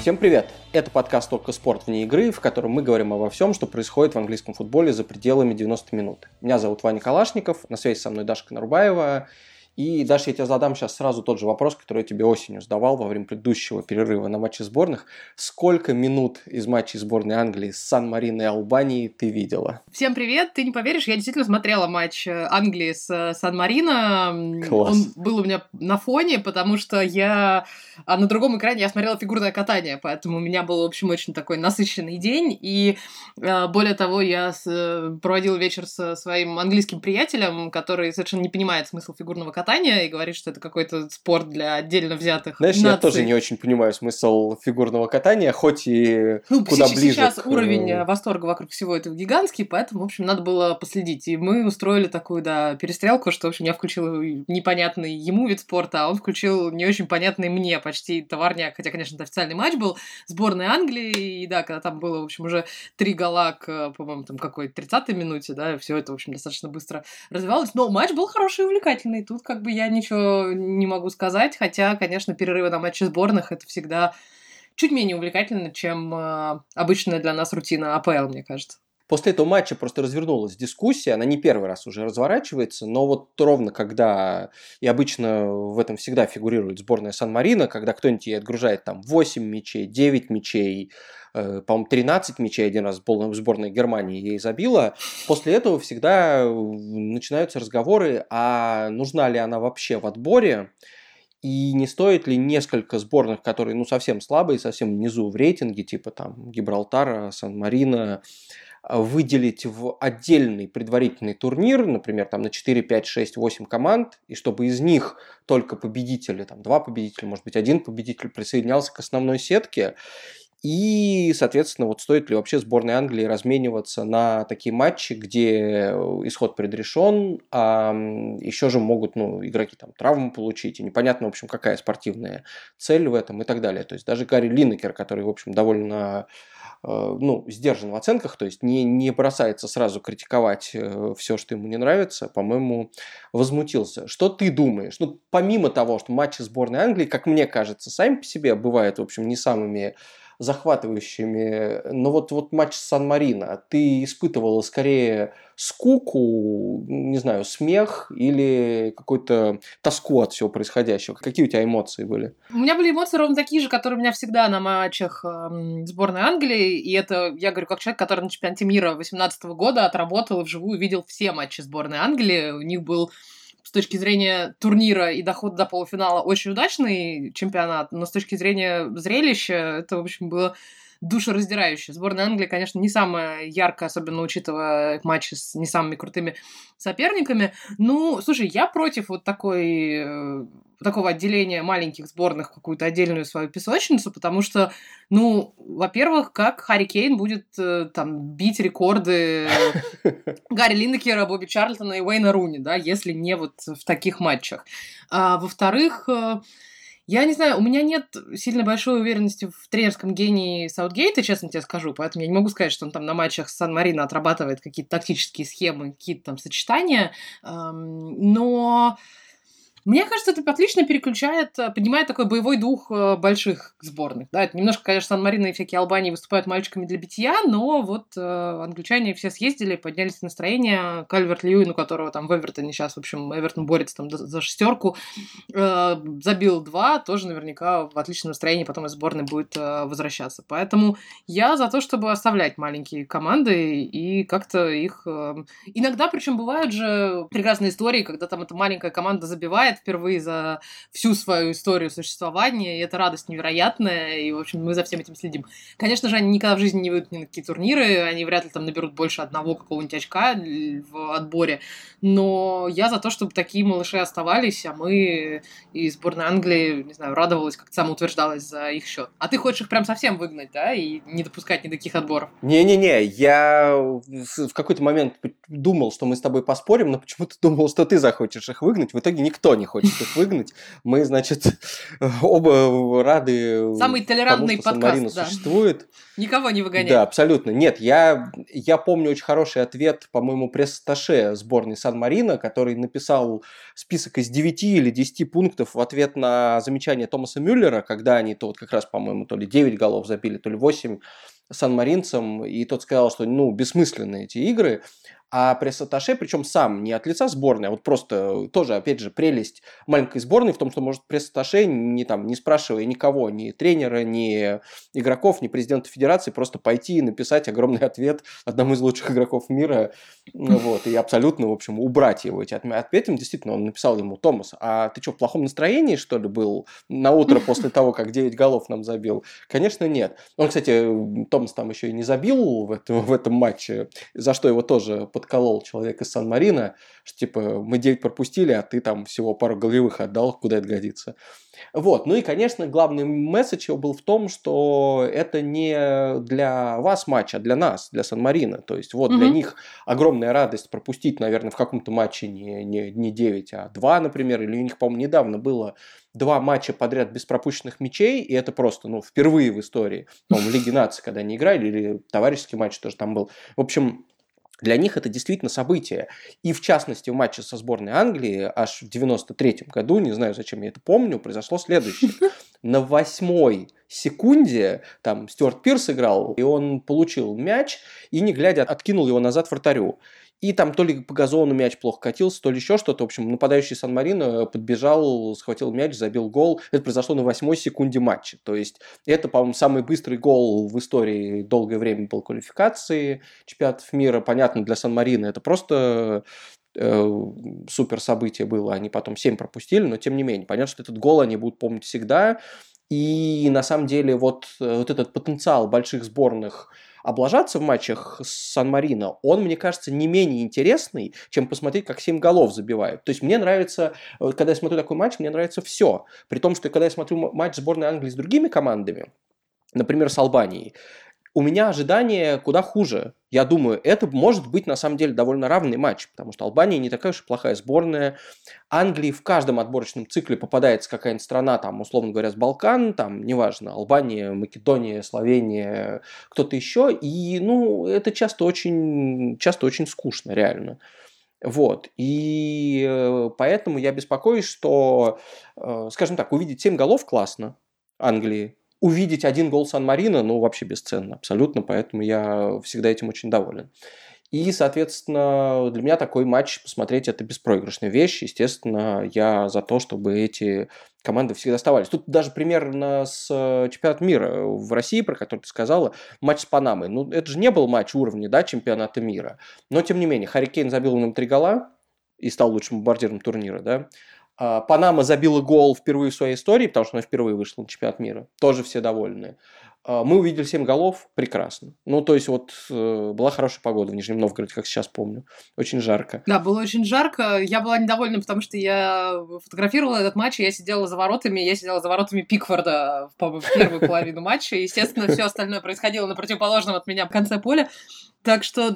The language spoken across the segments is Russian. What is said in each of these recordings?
Всем привет! Это подкаст «Только спорт вне игры», в котором мы говорим обо всем, что происходит в английском футболе за пределами 90 минут. Меня зовут Ваня Калашников, на связи со мной Даша Нарубаева. И, Даша, я тебе задам сейчас сразу тот же вопрос, который я тебе осенью задавал во время предыдущего перерыва на матче сборных. Сколько минут из матчей сборной Англии с Сан-Марино и Албанией ты видела? Всем привет! Ты не поверишь, я действительно смотрела матч Англии с Сан-Марино. Класс. Он был у меня на фоне, потому что на другом экране я смотрела фигурное катание, поэтому у меня был, в общем, очень такой насыщенный день. И более того, я проводила вечер со своим английским приятелем, который совершенно не понимает смысл фигурного катания и говорит, что это какой-то спорт для отдельно взятых Знаешь, наций. я тоже не очень понимаю смысл фигурного катания, хоть и куда ближе. Сейчас уровень восторга вокруг всего этого гигантский, поэтому, в общем, надо было последить. И мы устроили такую, перестрелку, что, в общем, я включила непонятный ему вид спорта, а он включил не очень понятный мне, почти товарняк, хотя, конечно, это официальный матч был, сборной Англии, и когда там было, в общем, уже 3 гола к, по-моему, там какой-то 30-й минуте, все это, в общем, достаточно быстро развивалось, но матч был хороший и увлекательный, тут как бы я ничего не могу сказать, хотя, конечно, перерывы на матчи сборных — это всегда чуть менее увлекательно, чем обычная для нас рутина АПЛ, мне кажется. После этого матча просто развернулась дискуссия, она не первый раз уже разворачивается, но вот ровно когда, и обычно в этом всегда фигурирует сборная Сан-Марино, когда кто-нибудь ей отгружает там 8 мячей, 9 мячей, по-моему, 13 мячей один раз сборная Германии ей забила, после этого всегда начинаются разговоры, а нужна ли она вообще в отборе, и не стоит ли несколько сборных, которые совсем слабые, совсем внизу в рейтинге, типа там Гибралтара, Сан-Марино, выделить в отдельный предварительный турнир, например, там на 4, 5, 6, 8 команд, и чтобы из них только победители, там 2 победителя, может быть, 1 победитель присоединялся к основной сетке. И, соответственно, вот стоит ли вообще сборной Англии размениваться на такие матчи, где исход предрешен, а еще же могут игроки там травму получить, и непонятно, в общем, какая спортивная цель в этом и так далее. То есть даже Гарри Линнекер, который, в общем, довольно сдержан в оценках, то есть не бросается сразу критиковать все, что ему не нравится, по-моему, возмутился. Что ты думаешь? Помимо того, что матчи сборной Англии, как мне кажется, сами по себе бывают, в общем, не самыми захватывающими, но вот матч с Сан-Марино, ты испытывала скорее скуку, не знаю, смех или какую-то тоску от всего происходящего? Какие у тебя эмоции были? У меня были эмоции ровно такие же, которые у меня всегда на матчах сборной Англии, и это, я говорю, как человек, который на чемпионате мира 2018 года отработал и вживую видел все матчи сборной Англии. У них был с точки зрения турнира и дохода до полуфинала очень удачный чемпионат, но с точки зрения зрелища это, в общем, было душераздирающе. Сборная Англии, конечно, не самая яркая, особенно учитывая матчи с не самыми крутыми соперниками. Слушай, я против такого отделения маленьких сборных в какую-то отдельную свою песочницу, потому что, во-первых, как Харри Кейн будет бить рекорды Гарри Линнекера, Бобби Чарльтона и Уэйна Руни, если не вот в таких матчах. Во-вторых, я не знаю, у меня нет сильно большой уверенности в тренерском гении Саутгейта, честно тебе скажу, поэтому я не могу сказать, что он там на матчах с Сан-Марино отрабатывает какие-то тактические схемы, какие-то там сочетания, но мне кажется, это отлично поднимает такой боевой дух больших сборных. Это немножко, конечно, Сан-Марино и всякие Албании выступают мальчиками для битья, но вот англичане все съездили, поднялись настроение. Кальверт-Льюин, у которого там в Эвертоне сейчас, в общем, Эвертон борется там за 6, забил 2, тоже наверняка в отличном настроении потом из сборной будет возвращаться. Поэтому я за то, чтобы оставлять маленькие команды и как-то их... Иногда, причем, бывают же прекрасные истории, когда там эта маленькая команда забивает впервые за всю свою историю существования, и это радость невероятная, и, в общем, мы за всем этим следим. Конечно же, они никогда в жизни не выйдут ни на какие турниры, они вряд ли там наберут больше одного какого-нибудь очка в отборе, но я за то, чтобы такие малыши оставались, а мы и сборная Англии, не знаю, радовалась, как-то самоутверждалась за их счет. А ты хочешь их прям совсем выгнать, и не допускать ни до каких отборов? Не-не-не, я в какой-то момент думал, что мы с тобой поспорим, но почему-то думал, что ты захочешь их выгнать. В итоге никто не хочет их выгнать. Мы, значит, оба рады Самый тому, толерантный что Сан-Марино подкаст, да. существует. Никого не выгоняй. Да, абсолютно. Нет, я помню очень хороший ответ, по-моему, пресс-атташе сборной Сан-Марино, который написал список из 9 или 10 пунктов в ответ на замечание Томаса Мюллера, когда они то вот как раз, по-моему, то ли 9 голов забили, то ли 8 санмаринцам, и тот сказал, что, бессмысленны эти игры. А пресс-атташе, причем сам, не от лица сборной, а вот просто тоже, опять же, прелесть маленькой сборной в том, что может пресс-атташе, не спрашивая никого, ни тренера, ни игроков, ни президента федерации, просто пойти и написать огромный ответ одному из лучших игроков мира, вот, и абсолютно, в общем, убрать его эти ответы. Действительно, он написал ему: Томас, а ты что, в плохом настроении, что ли, был на утро после того, как 9 голов нам забил? Конечно, нет. Он, кстати, Томас там еще и не забил в этом матче, за что его тоже подколол человек из Сан-Марино, что типа мы 9 пропустили, а ты там всего пару голевых отдал, куда это годится. Вот. Ну и, конечно, главный месседж его был в том, что это не для вас матч, а для нас, для Сан-Марино. То есть вот для них огромная радость пропустить, наверное, в каком-то матче не 9, а 2, например, или у них, по-моему, недавно было 2 матча подряд без пропущенных мячей, и это просто, впервые в истории, по-моему, в Лиге наций, когда они играли, или товарищеский матч тоже там был. В общем, для них это действительно событие. И в частности, в матче со сборной Англии аж в 93-м году, не знаю, зачем я это помню, произошло следующее. На 8-й секунде там Стюарт Пирс играл, и он получил мяч и, не глядя, откинул его назад вратарю. И там то ли по газону мяч плохо катился, то ли еще что-то. В общем, нападающий Сан-Марино подбежал, схватил мяч, забил гол. Это произошло на 8-й секунде матча. То есть это, по-моему, самый быстрый гол в истории. Долгое время был квалификации чемпионатов мира. Понятно, для Сан-Марино это просто супер событие было. Они потом 7 пропустили, но тем не менее. Понятно, что этот гол они будут помнить всегда. И на самом деле вот этот потенциал больших сборных облажаться в матчах с Сан-Марино, он, мне кажется, не менее интересный, чем посмотреть, как 7 голов забивают. То есть мне нравится, когда я смотрю такой матч, мне нравится все. При том, что когда я смотрю матч сборной Англии с другими командами, например, с Албанией, у меня ожидания куда хуже. Я думаю, это может быть на самом деле довольно равный матч, потому что Албания не такая уж и плохая сборная. Англии в каждом отборочном цикле попадается какая-нибудь страна, там, условно говоря, с Балкан, там, неважно, Албания, Македония, Словения, кто-то еще. И, это часто очень скучно, реально. Вот. И поэтому я беспокоюсь, что, скажем так, увидеть 7 голов классно Англии. Увидеть 1 гол Сан-Марино, вообще бесценно, абсолютно, поэтому я всегда этим очень доволен. И, соответственно, для меня такой матч посмотреть – это беспроигрышная вещь. Естественно, я за то, чтобы эти команды всегда оставались. Тут даже примерно с чемпионатом мира в России, про который ты сказала, матч с Панамой. Это же не был матч уровня, чемпионата мира. Но, тем не менее, Харри Кейн забил нам 3 гола и стал лучшим бомбардиром турнира, да. Панама забила гол впервые в своей истории, потому что она впервые вышла на чемпионат мира. Тоже все довольны. Мы увидели 7 голов, прекрасно. То есть, была хорошая погода в Нижнем Новгороде, как сейчас помню. Очень жарко. Да, было очень жарко. Я была недовольна, потому что я фотографировала этот матч, и я сидела за воротами Пикфорда в первую половину матча. Естественно, все остальное происходило на противоположном от меня в конце поля. Так что,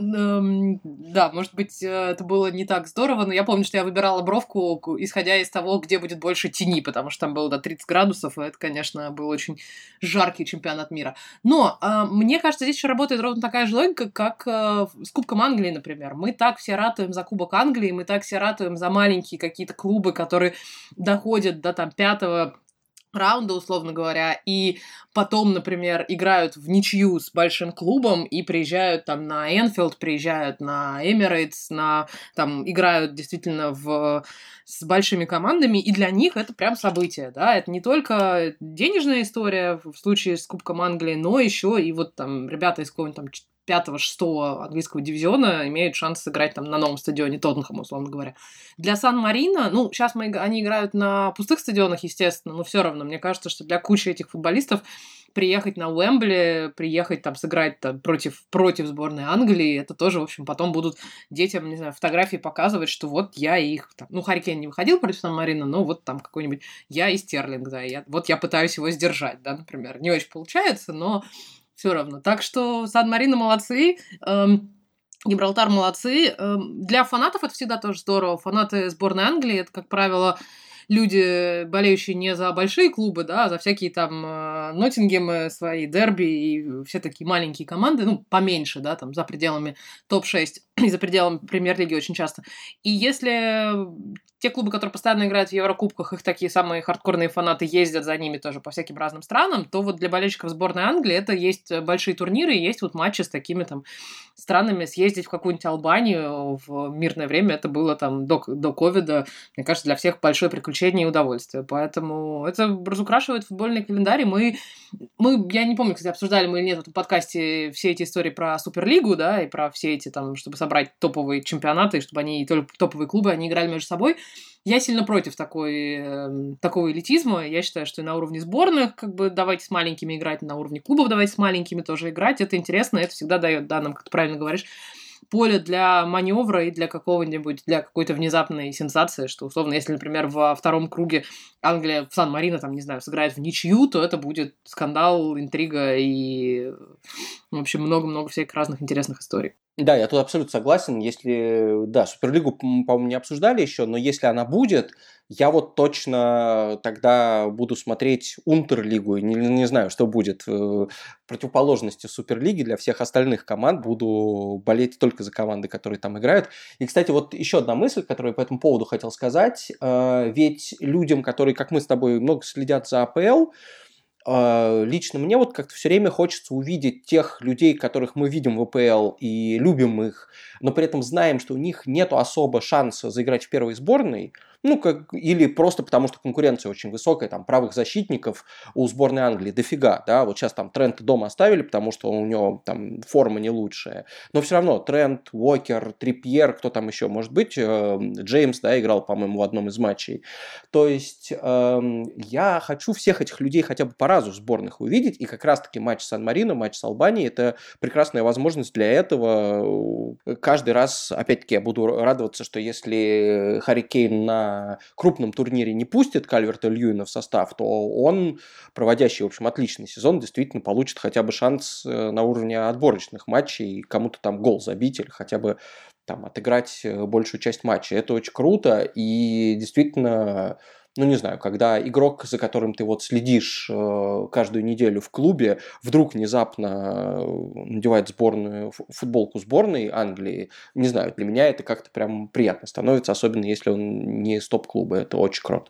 да, может быть, это было не так здорово, но я помню, что я выбирала бровку, исходя из того, где будет больше тени, потому что там было до 30 градусов, и это, конечно, был очень жаркий чемпионат мира. Но мне кажется, здесь еще работает ровно такая же логика, как с Кубком Англии, например. Мы так все ратуем за Кубок Англии, мы так все ратуем за маленькие какие-то клубы, которые доходят до 5-го раунда, условно говоря, и потом, например, играют в ничью с большим клубом и приезжают на Энфилд, приезжают на Эмирейтс, играют действительно с большими командами, и для них это прям событие, да, это не только денежная история в случае с Кубком Англии, но еще и ребята из какого-нибудь 5-6 английского дивизиона имеют шанс сыграть на новом стадионе Тоттенхэма, условно говоря. Для Сан-Марино, сейчас они играют на пустых стадионах, естественно, но все равно, мне кажется, что для кучи этих футболистов приехать на Уэмбли, приехать сыграть против сборной Англии, это тоже, в общем, потом будут детям, не знаю, фотографии показывать, что вот я их... Харри Кейн не выходил против Сан-Марино, но вот какой-нибудь я и Стерлинг, да, я пытаюсь его сдержать, да, например. Не очень получается, но все равно. Так что Сан-Марино молодцы. Гибралтар молодцы. Для фанатов это всегда тоже здорово. Фанаты сборной Англии — это, как правило, люди, болеющие не за большие клубы, да, а за всякие там Ноттингемы, свои дерби и все такие маленькие команды, ну, поменьше, да, там, за пределами топ-6 и за пределами премьер-лиги очень часто. И если те клубы, которые постоянно играют в Еврокубках, их такие самые хардкорные фанаты ездят за ними тоже по всяким разным странам, то вот для болельщиков сборной Англии это есть большие турниры, и есть вот матчи с такими там странами. Съездить в какую-нибудь Албанию в мирное время, это было там до ковида, мне кажется, для всех большое приключение и удовольствие. Поэтому это разукрашивает футбольный календарь. Я не помню, кстати, обсуждали мы или нет в этом подкасте все эти истории про Суперлигу, да, и про все эти там, чтобы собрать топовые чемпионаты, и чтобы они, и только топовые клубы, они играли между собой. Я сильно против такого элитизма. Я считаю, что и на уровне сборных как бы давайте с маленькими играть, и на уровне клубов давайте с маленькими тоже играть. Это интересно, это всегда дает, да, нам, как ты правильно говоришь, поле для маневра и для какой-то внезапной сенсации, что, условно, если, например, во втором круге Англия в Сан-Марино, там, не знаю, сыграет в ничью, то это будет скандал, интрига и, в общем, много-много всяких разных интересных историй. Да, я тут абсолютно согласен. Если, да, Суперлигу, по-моему, не обсуждали еще, но если она будет, я вот точно тогда буду смотреть Унтерлигу. Не знаю, что будет противоположностью Суперлиги для всех остальных команд. Буду болеть только за команды, которые там играют. И, кстати, вот еще одна мысль, которую я по этому поводу хотел сказать. Ведь людям, которые, как мы с тобой, много следят за АПЛ, лично мне вот как-то все время хочется увидеть тех людей, которых мы видим в АПЛ и любим их, но при этом знаем, что у них нет особо шанса заиграть в первой сборной, ну, или просто потому, что конкуренция очень высокая, там, правых защитников у сборной Англии дофига, да, вот сейчас там Трента дома оставили, потому что у него там форма не лучшая, но все равно Трент, Уокер, Трипьер, кто там еще может быть, Джеймс, да, играл, по-моему, в одном из матчей, то есть я хочу всех этих людей хотя бы по разу в сборных увидеть, и как раз-таки матч с Сан-Марино, матч с Албанией, это прекрасная возможность для этого. Каждый раз, опять-таки, я буду радоваться, что если Харри Кейн на крупном турнире не пустит Кальверта-Льюина в состав, то он, проводящий, в общем, отличный сезон, действительно получит хотя бы шанс на уровне отборочных матчей, кому-то там гол забить или хотя бы там отыграть большую часть матча. Это очень круто, и действительно, ну, не знаю, когда игрок, за которым ты вот следишь каждую неделю в клубе, вдруг внезапно надевает футболку сборной Англии, не знаю, для меня это как-то прям приятно становится, особенно если он не из топ-клуба, это очень круто.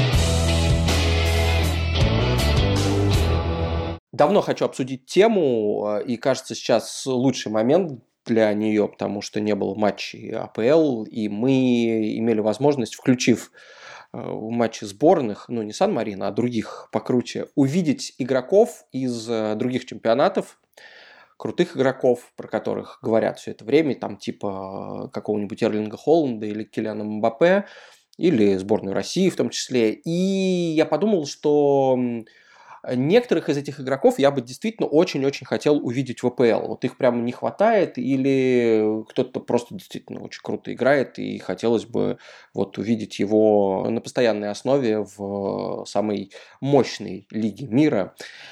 Давно хочу обсудить тему, и кажется, сейчас лучший момент для нее, потому что не было матчей АПЛ, и мы имели возможность, включив в матче сборных, ну не Сан-Марино, а других покруче, увидеть игроков из других чемпионатов, крутых игроков, про которых говорят все это время, там типа какого-нибудь Эрлинга Холланда или Килиана Мбаппе, или сборную России в том числе. И я подумал, что некоторых из этих игроков я бы действительно очень-очень хотел увидеть в АПЛ. Вот их прямо не хватает, или кто-то просто действительно очень круто играет, и хотелось бы вот увидеть его на постоянной основе в самой мощной лиге мира.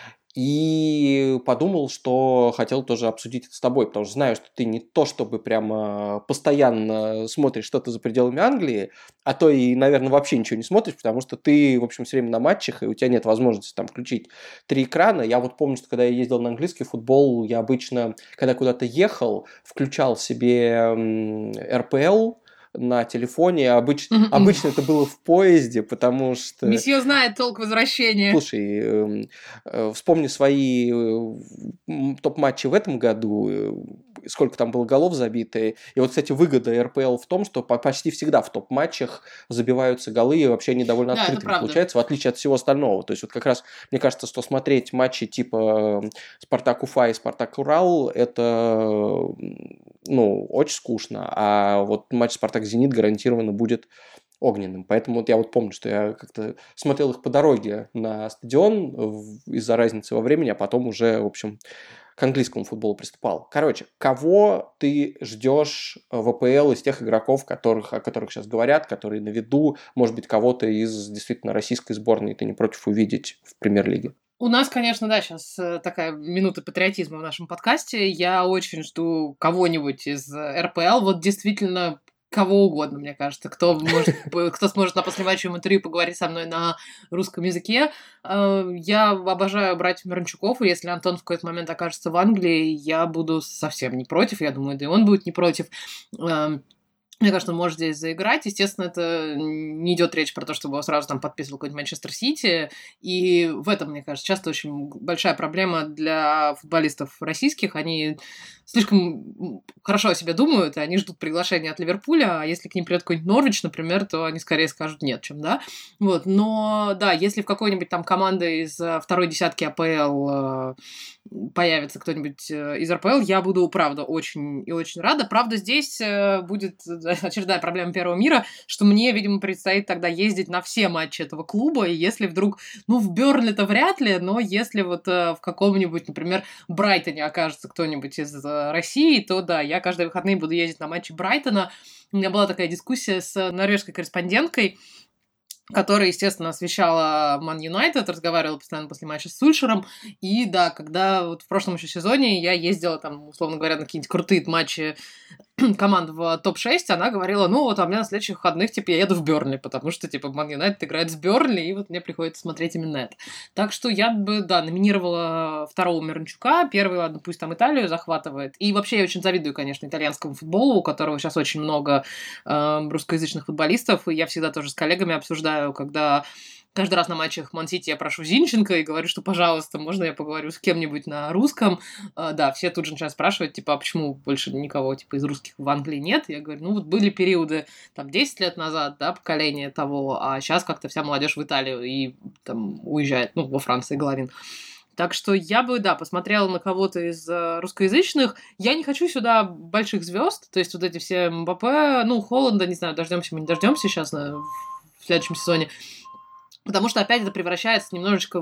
И подумал, что хотел тоже обсудить это с тобой, потому что знаю, что ты не то чтобы прямо постоянно смотришь что-то за пределами Англии, а то и, наверное, вообще ничего не смотришь, потому что ты, в общем, все время на матчах, и у тебя нет возможности там включить 3 экрана. Я вот помню, что когда я ездил на английский футбол, я обычно, когда куда-то ехал, включал себе РПЛ на телефоне. Обычно это было в поезде, потому что... Месье знает толк возвращения. Слушай, вспомни свои топ-матчи в этом году, сколько там было голов забито. И вот, кстати, выгода РПЛ в том, что почти всегда в топ-матчах забиваются голы, и вообще они довольно открытыми получаются, в отличие от всего остального. То есть вот как раз, мне кажется, что смотреть матчи типа Спартак Уфа и Спартак Урал, это очень скучно. А вот матч Спартак-Зенит гарантированно будет огненным. Поэтому вот я вот помню, что я как-то смотрел их по дороге на стадион из-за разницы во времени, а потом уже, в общем, к английскому футболу приступал. Короче, кого ты ждешь в АПЛ из тех игроков, о которых сейчас говорят, которые на виду, может быть, кого-то из действительно российской сборной ты не против увидеть в премьер-лиге? У нас, конечно, да, сейчас такая минута патриотизма в нашем подкасте. Я очень жду кого-нибудь из РПЛ. Вот действительно кого угодно, мне кажется, кто сможет на послематчевом интервью поговорить со мной на русском языке. Я обожаю братьев Миранчуков, и если Антон в какой-то момент окажется в Англии, я буду совсем не против. Я думаю, да и он будет не против. Мне кажется, он может здесь заиграть. Естественно, это не идет речь про то, чтобы его сразу там подписывал какой-нибудь Манчестер Сити. И в этом, мне кажется, часто очень большая проблема для футболистов российских. Они слишком хорошо о себе думают, и они ждут приглашения от Ливерпуля, а если к ним придет какой-нибудь Норвич, например, то они скорее скажут нет, чем да. Вот. Но да, если в какой-нибудь там команде из второй десятки АПЛ появится кто-нибудь из РПЛ, я буду, правда, очень и очень рада. Правда, здесь будет очередная проблема Первого мира, что мне, видимо, предстоит тогда ездить на все матчи этого клуба, и если вдруг, ну, в Бёрнли-то вряд ли, но если вот в каком-нибудь, например, Брайтоне окажется кто-нибудь из России, то да, я каждые выходные буду ездить на матчи Брайтона. У меня была такая дискуссия с норвежской корреспонденткой, которая, естественно, освещала Ман Юнайтед, разговаривала постоянно после матча с Сульшером. И да, когда вот в прошлом еще сезоне я ездила там, условно говоря, на какие-нибудь крутые матчи команд в топ-6, она говорила, ну вот, а у меня на следующих выходных, типа, я еду в Бёрнли, потому что, типа, Ман Юнайтед играет с Бёрнли, и вот мне приходится смотреть именно это. Так что я бы, да, номинировала второго Миранчука, первый, ладно, пусть там Италию захватывает. И вообще я очень завидую, конечно, итальянскому футболу, у которого сейчас очень много русскоязычных футболистов, и я всегда тоже с коллегами обсуждаю, когда каждый раз на матчах Ман-Сити я прошу Зинченко и говорю, что, пожалуйста, можно я поговорю с кем-нибудь на русском? Да, все тут же начинают спрашивать, типа, а почему больше никого, типа, из русских в Англии нет? Я говорю, ну, вот были периоды, там, 10 лет назад, да, поколение того, а сейчас как-то вся молодежь в Италию и, там, уезжает, ну, во Франции Головин. Так что я бы, да, посмотрела на кого-то из русскоязычных. Я не хочу сюда больших звезд, то есть вот эти все МБП, ну, Холланда, не знаю, дождемся мы не дождемся сейчас в следующем сезоне. Потому что опять это превращается немножечко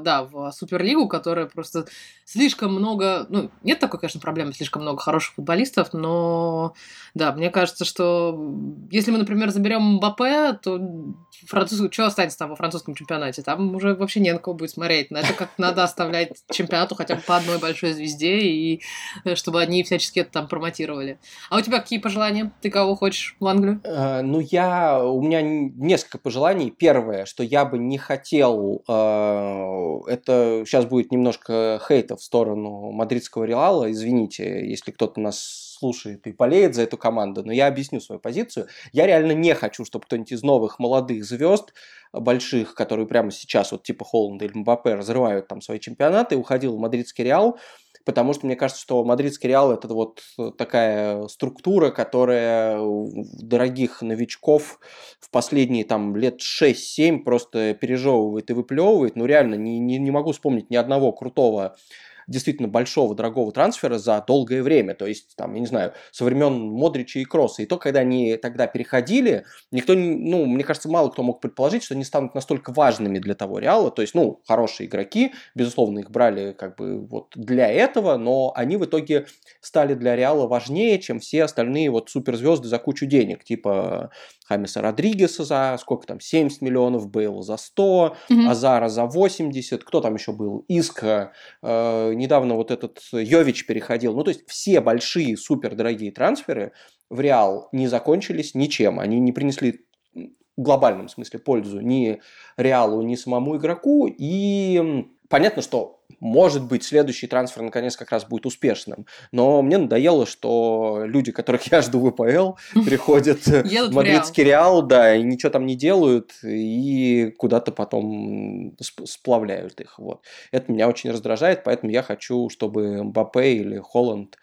в Суперлигу, которая просто слишком много... Ну, нет такой, конечно, проблемы, слишком много хороших футболистов, но да, мне кажется, что если мы, например, заберем Мбаппе, то что останется там во французском чемпионате? Там уже вообще не на кого будет смотреть. На это как надо оставлять чемпионату хотя бы по одной большой звезде, и чтобы они всячески это там промотировали. А у тебя какие пожелания? Ты кого хочешь в Англию? Ну, у меня несколько пожеланий. Первое, что я бы не хотел, это сейчас будет немножко хейта в сторону мадридского Реала, извините, если кто-то нас слушает и болеет за эту команду, но я объясню свою позицию. Я реально не хочу, чтобы кто-нибудь из новых молодых звезд больших, которые прямо сейчас, вот типа Холланда или Мбаппе, разрывают там свои чемпионаты, уходил в мадридский Реал, потому что мне кажется, что мадридский Реал – это вот такая структура, которая дорогих новичков в последние там лет 6-7 просто пережевывает и выплевывает. Ну, реально, не могу вспомнить ни одного крутого, действительно большого, дорогого трансфера за долгое время. То есть, там, я не знаю, со времен Модрича и Кросса. И то, когда они тогда переходили, никто, ну, мне кажется, мало кто мог предположить, что они станут настолько важными для того Реала. То есть, ну, хорошие игроки, безусловно, их брали как бы вот для этого, но они в итоге стали для Реала важнее, чем все остальные вот суперзвезды за кучу денег, типа Хамеса Родригеса за сколько там, 70 миллионов, Бейла за 100, Азара за 80, кто там еще был, Иска, недавно вот этот Йович переходил. Ну, то есть все большие супердорогие трансферы в Реал не закончились ничем, они не принесли в глобальном смысле пользу ни Реалу, ни самому игроку, и понятно, что может быть, следующий трансфер наконец как раз будет успешным. Но мне надоело, что люди, которых я жду в АПЛ, приходят в мадридский Реал, да, и ничего там не делают, и куда-то потом сплавляют их. Вот. Это меня очень раздражает, поэтому я хочу, чтобы Мбаппе или Холланд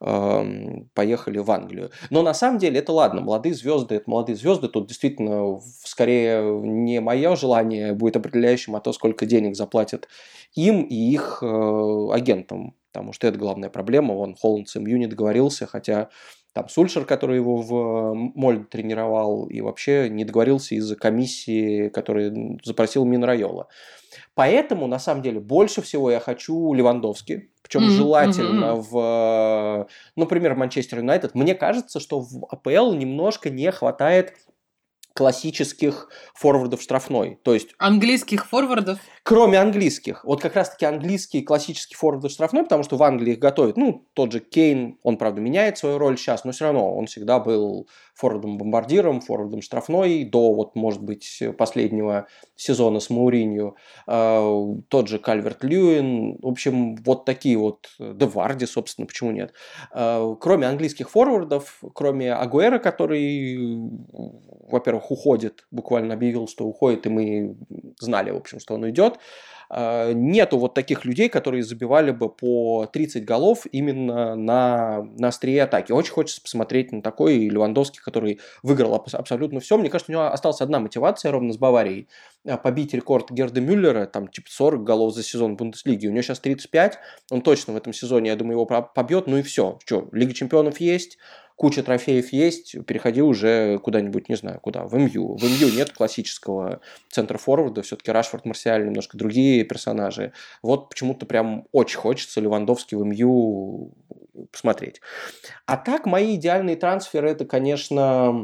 поехали в Англию. Но на самом деле это ладно, молодые звезды, это молодые звезды, тут действительно скорее не мое желание будет определяющим, а то, сколько денег заплатят им и их агентам, потому что это главная проблема. Вон Холланд с МЮ не договорился, хотя там Сульшер, который его в Мольде тренировал, и вообще не договорился из-за комиссии, которую запросил Минрайола. Поэтому, на самом деле, больше всего я хочу Левандовски, причем желательно в, например, Манчестер Юнайтед. Мне кажется, что в АПЛ немножко не хватает классических форвардов штрафной. То есть английских форвардов? Кроме английских. Вот как раз-таки английский классический форвард штрафной, потому что в Англии их готовят. Ну, тот же Кейн, он, правда, меняет свою роль сейчас, но все равно он всегда был форвардом-бомбардиром, форвардом штрафной до, вот, может быть, последнего сезона с Мауриньо. Тот же Кальверт-Льюин. В общем, вот такие вот. Де Варди, собственно, почему нет? Кроме английских форвардов, кроме Агуэра, который, во-первых, уходит, буквально объявил, что уходит, и мы знали, в общем, что он уйдет. Нету вот таких людей, которые забивали бы по 30 голов именно на острие атаки. Очень хочется посмотреть на такой Левандовский, который выиграл абсолютно все. Мне кажется, у него осталась одна мотивация ровно с Баварией. Побить рекорд Герда Мюллера, там типа 40 голов за сезон в Бундеслиге. У него сейчас 35, он точно в этом сезоне, я думаю, его побьет. Ну и все. Что, Лига чемпионов есть, куча трофеев есть, переходи уже куда-нибудь, не знаю, куда, в МЮ. В МЮ нет классического центра форварда, все-таки Рашфорд, Марсиаль, немножко другие персонажи. Вот почему-то прям очень хочется Левандовский в МЮ посмотреть. А так, мои идеальные трансферы, это, конечно,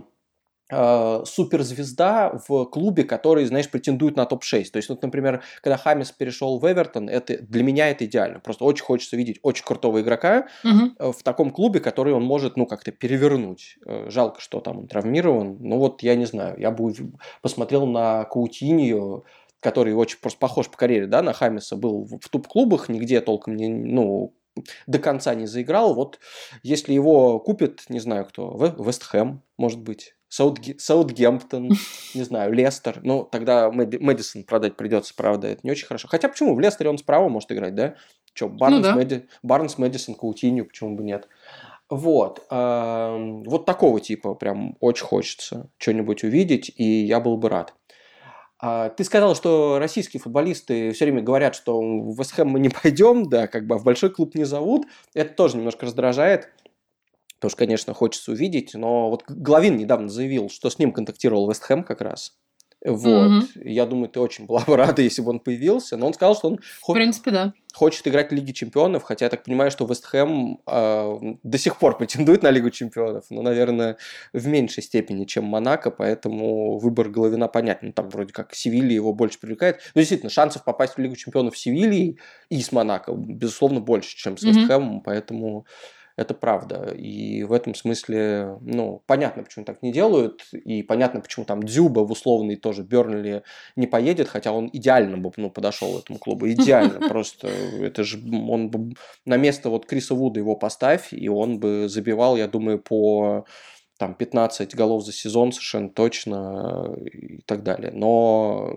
суперзвезда в клубе, который, знаешь, претендует на топ-6. То есть, вот, например, когда Хамис перешел в Эвертон, это, для меня это идеально. Просто очень хочется видеть очень крутого игрока в таком клубе, который он может, ну, как-то перевернуть. Жалко, что там он травмирован. Ну, вот я не знаю, я бы посмотрел на Каутиньо, который очень просто похож по карьере, да, на Хамиса, был в топ-клубах, нигде толком не, ну, до конца не заиграл. Вот если его купит, не знаю кто, Вест Хэм, может быть, Саутгемптон, не знаю, Лестер. Ну, тогда Мэдисон продать придется, правда, это не очень хорошо. Хотя почему? В Лестере он справа может играть, да? Че, Барнс, Мэдисон, Каутиньо, почему бы нет? Вот. Вот такого типа прям очень хочется что-нибудь увидеть, и я был бы рад. Ты сказал, что российские футболисты все время говорят, что в Вест Хэм мы не пойдем, да, как бы в большой клуб не зовут. Это тоже немножко раздражает. Потому что, конечно, хочется увидеть, но вот Головин недавно заявил, что с ним контактировал Вест Хэм как раз. Вот. Я думаю, ты очень была бы рада, если бы он появился. Но он сказал, что он в принципе, да. Хочет играть в Лиге Чемпионов, хотя я так понимаю, что Вест Хэм до сих пор претендует на Лигу Чемпионов, но, наверное, в меньшей степени, чем Монако, поэтому выбор Головина понятен. Там вроде как Севилья его больше привлекает. Но действительно, шансов попасть в Лигу Чемпионов с Севильей и с Монако, безусловно, больше, чем с Вест Хэмом, поэтому... Это правда. И в этом смысле, ну, понятно, почему так не делают. И понятно, почему там Дзюба в условный тоже Бернли не поедет, хотя он идеально бы, ну, подошел этому клубу. Идеально. Просто это же он бы на место вот Криса Вуда его поставь, и он бы забивал, я думаю, по там 15 голов за сезон совершенно точно и так далее. Но,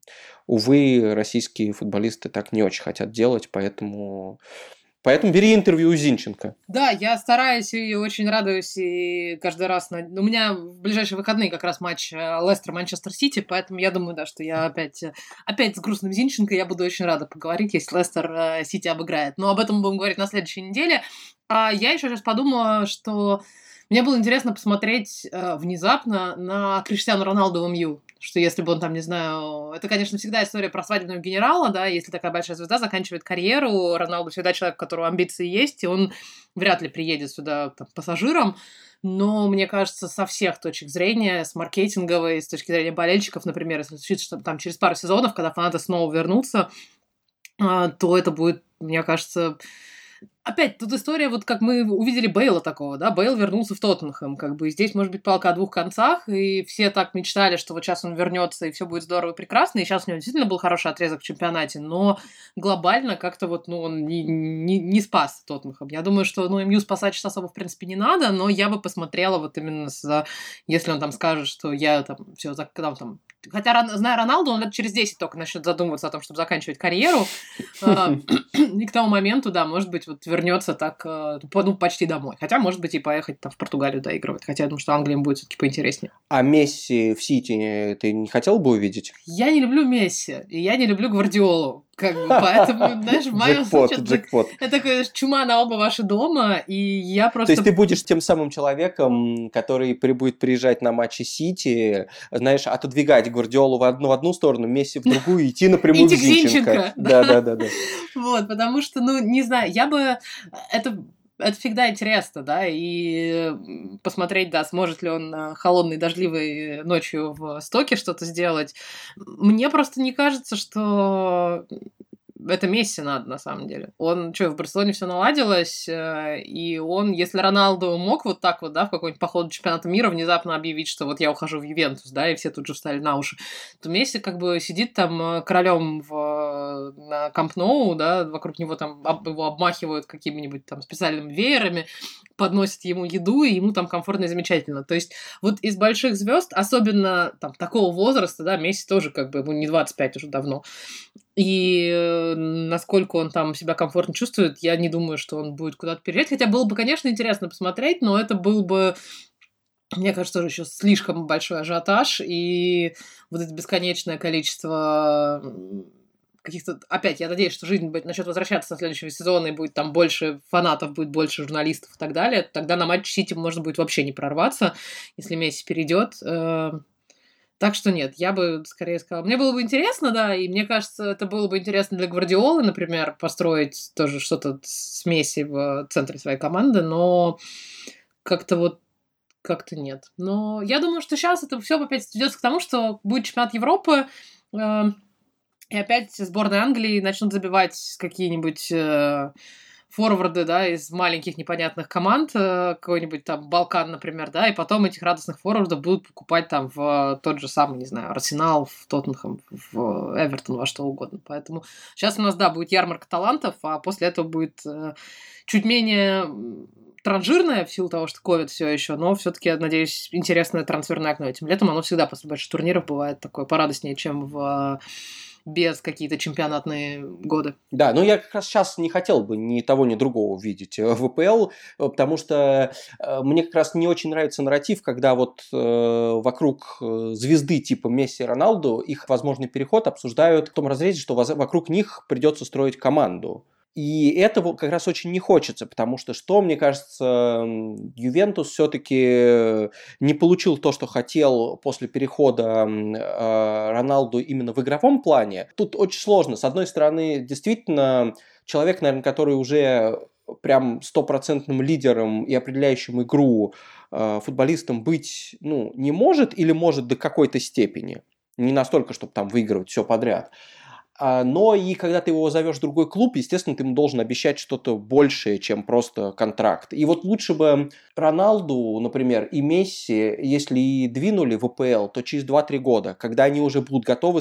увы, российские футболисты так не очень хотят делать, поэтому бери интервью у Зинченко. Да, я стараюсь и очень радуюсь, и каждый раз... У меня в ближайшие выходные как раз матч Лестер-Манчестер Сити, поэтому я думаю, да, что я опять с грустным Зинченко, я буду очень рада поговорить, если Лестер Сити обыграет. Но об этом будем говорить на следующей неделе. А я еще сейчас подумала, что мне было интересно посмотреть внезапно на Криштиану Роналду в МЮ. Что если бы он там, не знаю... Это, конечно, всегда история про свадебного генерала, да, если такая большая звезда заканчивает карьеру, Роналду всегда человек, у которого амбиции есть, и он вряд ли приедет сюда там, пассажиром, но, мне кажется, со всех точек зрения, с маркетинговой, с точки зрения болельщиков, например, если случится, что там через пару сезонов, когда фанаты снова вернутся, то это будет, мне кажется... Опять, тут история, вот как мы увидели Бейла такого, да, Бейл вернулся в Тоттенхэм, как бы здесь может быть палка о двух концах, и все так мечтали, что вот сейчас он вернется, и все будет здорово и прекрасно, и сейчас у него действительно был хороший отрезок в чемпионате, но глобально как-то вот, ну, он не спас Тоттенхэм. Я думаю, что, ну, МЮ спасать сейчас особо, в принципе, не надо, но я бы посмотрела вот именно если он там скажет, что я там все, когда он там... Хотя, зная Роналду, он лет через 10 только начнет задумываться о том, чтобы заканчивать карьеру, и к тому моменту, да, может быть, вот вернется так, ну, почти домой. Хотя, может быть, и поехать там в Португалию доигрывать. Хотя я думаю, что Англия будет все-таки поинтереснее. А Месси в Сити ты не хотел бы увидеть? Я не люблю Месси, и я не люблю Гвардиолу. Как бы, поэтому, знаешь, в моем случае это такая чума на оба ваши дома, и я просто... То есть ты будешь тем самым человеком, который будет приезжать на матчи Сити, знаешь, отодвигать Гвардиолу в одну сторону, Месси в другую, идти напрямую к Зинченко. Да. Вот, потому что, ну, не знаю, я бы... Это это всегда интересно, да, и посмотреть, да, сможет ли он холодной, дождливой ночью в Стоке что-то сделать. Мне просто не кажется, что это Месси надо, на самом деле. Он, что, в Барселоне все наладилось, и он, если Роналду мог вот так вот, да, в какой-нибудь по ходу чемпионата мира внезапно объявить, что вот я ухожу в Ювентус, да, и все тут же встали на уши, то Месси как бы сидит там королем на Камп Ноу, да, вокруг него там его обмахивают какими-нибудь там специальными веерами, подносят ему еду, и ему там комфортно и замечательно. То есть вот из больших звезд, особенно там такого возраста, да, Месси тоже как бы, ему не 25 уже давно, и насколько он там себя комфортно чувствует, я не думаю, что он будет куда-то переезжать. Хотя было бы, конечно, интересно посмотреть, но это был бы, мне кажется, тоже еще слишком большой ажиотаж. И вот это бесконечное количество каких-то... Опять, я надеюсь, что жизнь начнет возвращаться со следующего сезона, и будет там больше фанатов, будет больше журналистов и так далее. Тогда на матч Сити можно будет вообще не прорваться, если Месси перейдет. Так что нет, я бы скорее сказала... Мне было бы интересно, да, и мне кажется, это было бы интересно для Гвардиолы, например, построить тоже что-то с Месси в центре своей команды, но как-то вот как-то нет. Но я думаю, что сейчас это все опять сведется к тому, что будет чемпионат Европы, и опять сборная Англии начнут забивать какие-нибудь форварды, да, из маленьких непонятных команд, какой-нибудь там Балкан, например, да, и потом этих радостных форвардов будут покупать там в тот же самый, не знаю, Арсенал, в Тоттенхэм, в Эвертон, во что угодно. Поэтому сейчас у нас, да, будет ярмарка талантов, а после этого будет чуть менее транжирная в силу того, что ковид все еще, но все-таки, надеюсь, интересное трансферное окно. Этим летом оно всегда после больших турниров бывает такое порадостнее, чем без какие-то чемпионатные годы. Да, но я как раз сейчас не хотел бы ни того, ни другого видеть в ВПЛ, потому что мне как раз не очень нравится нарратив, когда вот вокруг звезды типа Месси и Роналду их возможный переход обсуждают в том разрезе, что вокруг них придется строить команду. И этого как раз очень не хочется, потому что, мне кажется, Ювентус все-таки не получил то, что хотел после перехода Роналду именно в игровом плане. Тут очень сложно. С одной стороны, действительно, человек, наверное, который уже прям стопроцентным лидером и определяющим игру футболистом быть не может или может до какой-то степени. Не настолько, чтобы там выигрывать все подряд. Но и когда ты его зовешь в другой клуб, естественно, ты ему должен обещать что-то большее, чем просто контракт. И вот лучше бы Роналду, например, и Месси, если и двинули в АПЛ, то через 2-3 года, когда они уже будут готовы,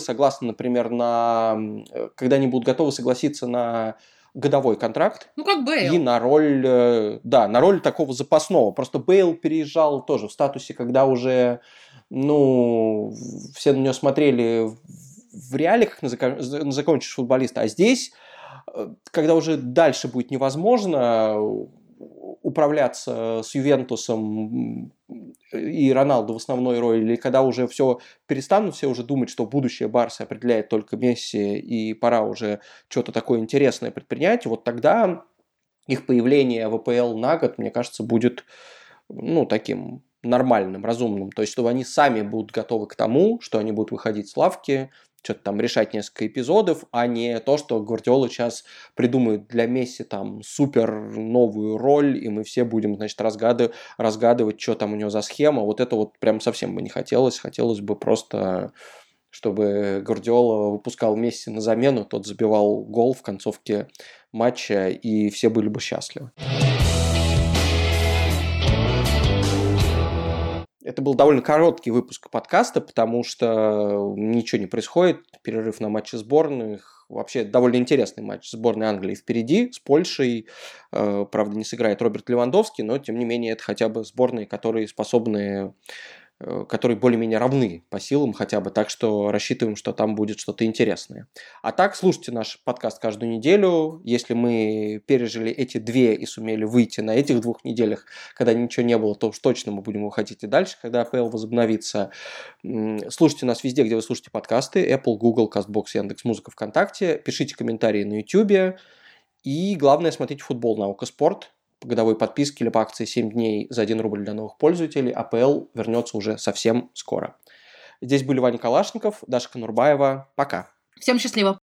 когда они будут готовы согласиться на годовой контракт. Как Бейл. И на роль такого запасного. Просто Бейл переезжал тоже в статусе, когда уже, все на него смотрели в реале, как на закончившего футболиста. А здесь, когда уже дальше будет невозможно управляться с Ювентусом и Роналду в основной роли, или когда уже перестанут все уже думать, что будущее Барса определяет только Месси, и пора уже что-то такое интересное предпринять, вот тогда их появление в АПЛ на год, мне кажется, будет таким нормальным, разумным. То есть, чтобы они сами будут готовы к тому, что они будут выходить с лавки, что-то там решать несколько эпизодов, а не то, что Гвардиола сейчас придумает для Месси там супер новую роль, и мы все будем, значит, разгадывать, что там у него за схема. Вот это вот прям совсем бы не хотелось. Хотелось бы просто, чтобы Гвардиола выпускал Месси на замену, тот забивал гол в концовке матча, и все были бы счастливы. Это был довольно короткий выпуск подкаста, потому что ничего не происходит. Перерыв на матчи сборных. Вообще довольно интересный матч сборной Англии впереди с Польшей. Правда, не сыграет Роберт Левандовский, но тем не менее это хотя бы сборные, которые более-менее равны по силам хотя бы, так что рассчитываем, что там будет что-то интересное. А так, слушайте наш подкаст каждую неделю. Если мы пережили эти 2 и сумели выйти на этих 2 неделях, когда ничего не было, то уж точно мы будем выходить и дальше, когда АПЛ возобновится. Слушайте нас везде, где вы слушаете подкасты: Apple, Google, CastBox, Яндекс.Музыка, ВКонтакте. Пишите комментарии на YouTube. И главное, смотрите футбол на ОКО Спорт. По годовой подписке или по акции 7 дней за 1 рубль для новых пользователей. АПЛ вернется уже совсем скоро. Здесь были Ваня Калашников, Даша Конурбаева. Пока. Всем счастливо.